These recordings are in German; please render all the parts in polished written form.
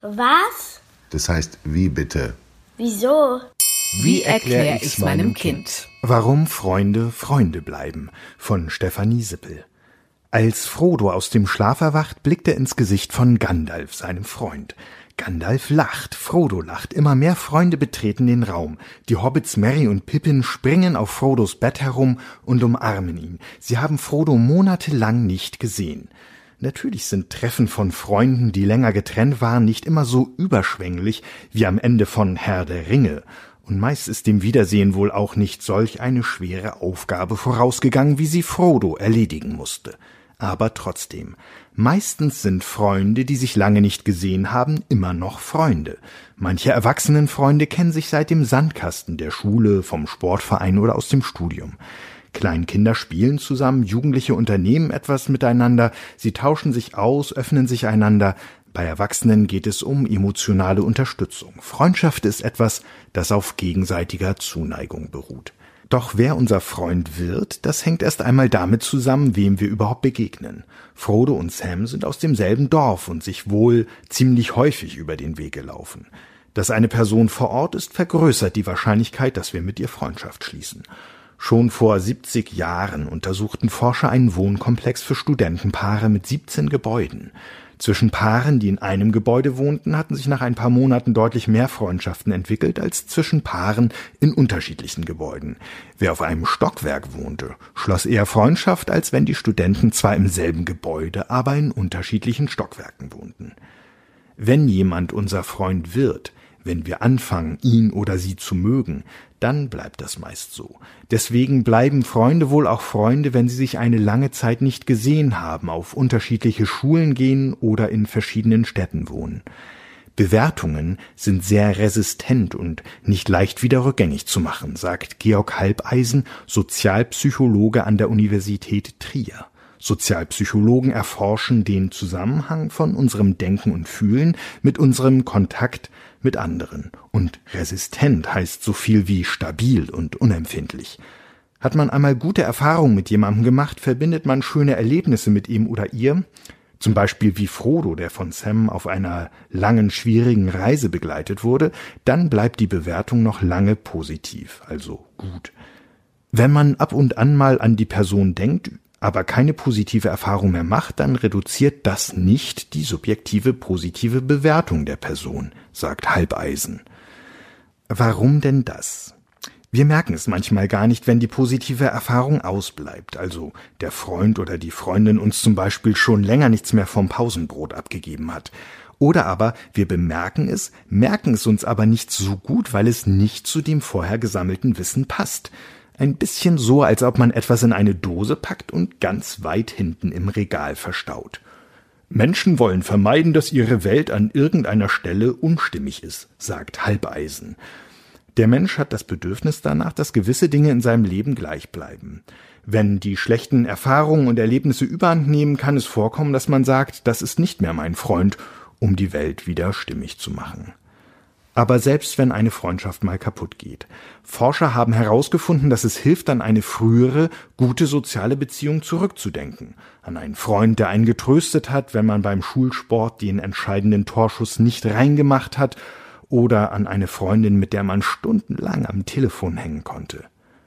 Was? Das heißt, wie bitte? Wieso? Wie erkläre ich's meinem Kind? Warum Freunde Freunde bleiben von Stefanie Sippel. Als Frodo aus dem Schlaf erwacht, blickt er ins Gesicht von Gandalf, seinem Freund. Gandalf lacht, Frodo lacht, immer mehr Freunde betreten den Raum. Die Hobbits Merry und Pippin springen auf Frodos Bett herum und umarmen ihn. Sie haben Frodo monatelang nicht gesehen. Natürlich sind Treffen von Freunden, die länger getrennt waren, nicht immer so überschwänglich wie am Ende von Herr der Ringe. Und meist ist dem Wiedersehen wohl auch nicht solch eine schwere Aufgabe vorausgegangen, wie sie Frodo erledigen musste. Aber trotzdem, meistens sind Freunde, die sich lange nicht gesehen haben, immer noch Freunde. Manche Erwachsenenfreunde kennen sich seit dem Sandkasten der Schule, vom Sportverein oder aus dem Studium. Kleinkinder spielen zusammen, Jugendliche unternehmen etwas miteinander, sie tauschen sich aus, öffnen sich einander. Bei Erwachsenen geht es um emotionale Unterstützung. Freundschaft ist etwas, das auf gegenseitiger Zuneigung beruht. Doch wer unser Freund wird, das hängt erst einmal damit zusammen, wem wir überhaupt begegnen. Frodo und Sam sind aus demselben Dorf und sich wohl ziemlich häufig über den Weg gelaufen. Dass eine Person vor Ort ist, vergrößert die Wahrscheinlichkeit, dass wir mit ihr Freundschaft schließen. Schon vor 70 Jahren untersuchten Forscher einen Wohnkomplex für Studentenpaare mit 17 Gebäuden. Zwischen Paaren, die in einem Gebäude wohnten, hatten sich nach ein paar Monaten deutlich mehr Freundschaften entwickelt als zwischen Paaren in unterschiedlichen Gebäuden. Wer auf einem Stockwerk wohnte, schloss eher Freundschaft, als wenn die Studenten zwar im selben Gebäude, aber in unterschiedlichen Stockwerken wohnten. Wenn jemand unser Freund wird, wenn wir anfangen, ihn oder sie zu mögen, dann bleibt das meist so. Deswegen bleiben Freunde wohl auch Freunde, wenn sie sich eine lange Zeit nicht gesehen haben, auf unterschiedliche Schulen gehen oder in verschiedenen Städten wohnen. Bewertungen sind sehr resistent und nicht leicht wieder rückgängig zu machen, sagt Georg Halbeisen, Sozialpsychologe an der Universität Trier. Sozialpsychologen erforschen den Zusammenhang von unserem Denken und Fühlen mit unserem Kontakt mit anderen. Und resistent heißt so viel wie stabil und unempfindlich. Hat man einmal gute Erfahrungen mit jemandem gemacht, verbindet man schöne Erlebnisse mit ihm oder ihr, zum Beispiel wie Frodo, der von Sam auf einer langen, schwierigen Reise begleitet wurde, dann bleibt die Bewertung noch lange positiv, also gut. Wenn man ab und an mal an die Person denkt, aber keine positive Erfahrung mehr macht, dann reduziert das nicht die subjektive positive Bewertung der Person, sagt Halbeisen. Warum denn das? Wir merken es manchmal gar nicht, wenn die positive Erfahrung ausbleibt, also der Freund oder die Freundin uns zum Beispiel schon länger nichts mehr vom Pausenbrot abgegeben hat. Oder aber wir bemerken es, merken es uns aber nicht so gut, weil es nicht zu dem vorher gesammelten Wissen passt. Ein bisschen so, als ob man etwas in eine Dose packt und ganz weit hinten im Regal verstaut. Menschen wollen vermeiden, dass ihre Welt an irgendeiner Stelle unstimmig ist, sagt Halbeisen. Der Mensch hat das Bedürfnis danach, dass gewisse Dinge in seinem Leben gleich bleiben. Wenn die schlechten Erfahrungen und Erlebnisse überhand nehmen, kann es vorkommen, dass man sagt, das ist nicht mehr mein Freund, um die Welt wieder stimmig zu machen. Aber selbst wenn eine Freundschaft mal kaputt geht. Forscher haben herausgefunden, dass es hilft, an eine frühere, gute soziale Beziehung zurückzudenken. An einen Freund, der einen getröstet hat, wenn man beim Schulsport den entscheidenden Torschuss nicht reingemacht hat, oder an eine Freundin, mit der man stundenlang am Telefon hängen konnte.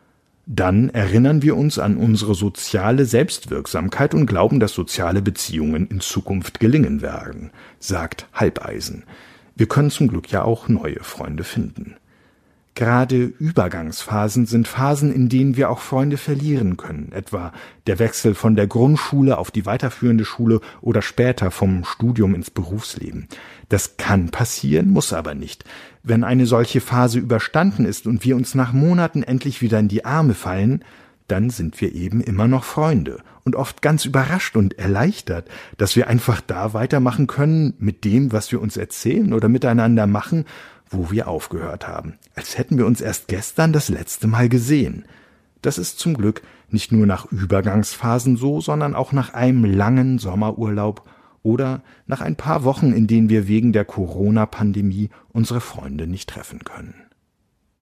Dann erinnern wir uns an unsere soziale Selbstwirksamkeit und glauben, dass soziale Beziehungen in Zukunft gelingen werden, sagt Halbeisen. Wir können zum Glück ja auch neue Freunde finden. Gerade Übergangsphasen sind Phasen, in denen wir auch Freunde verlieren können, etwa der Wechsel von der Grundschule auf die weiterführende Schule oder später vom Studium ins Berufsleben. Das kann passieren, muss aber nicht. Wenn eine solche Phase überstanden ist und wir uns nach Monaten endlich wieder in die Arme fallen, dann sind wir eben immer noch Freunde und oft ganz überrascht und erleichtert, dass wir einfach da weitermachen können mit dem, was wir uns erzählen oder miteinander machen, wo wir aufgehört haben, als hätten wir uns erst gestern das letzte Mal gesehen. Das ist zum Glück nicht nur nach Übergangsphasen so, sondern auch nach einem langen Sommerurlaub oder nach ein paar Wochen, in denen wir wegen der Corona-Pandemie unsere Freunde nicht treffen können.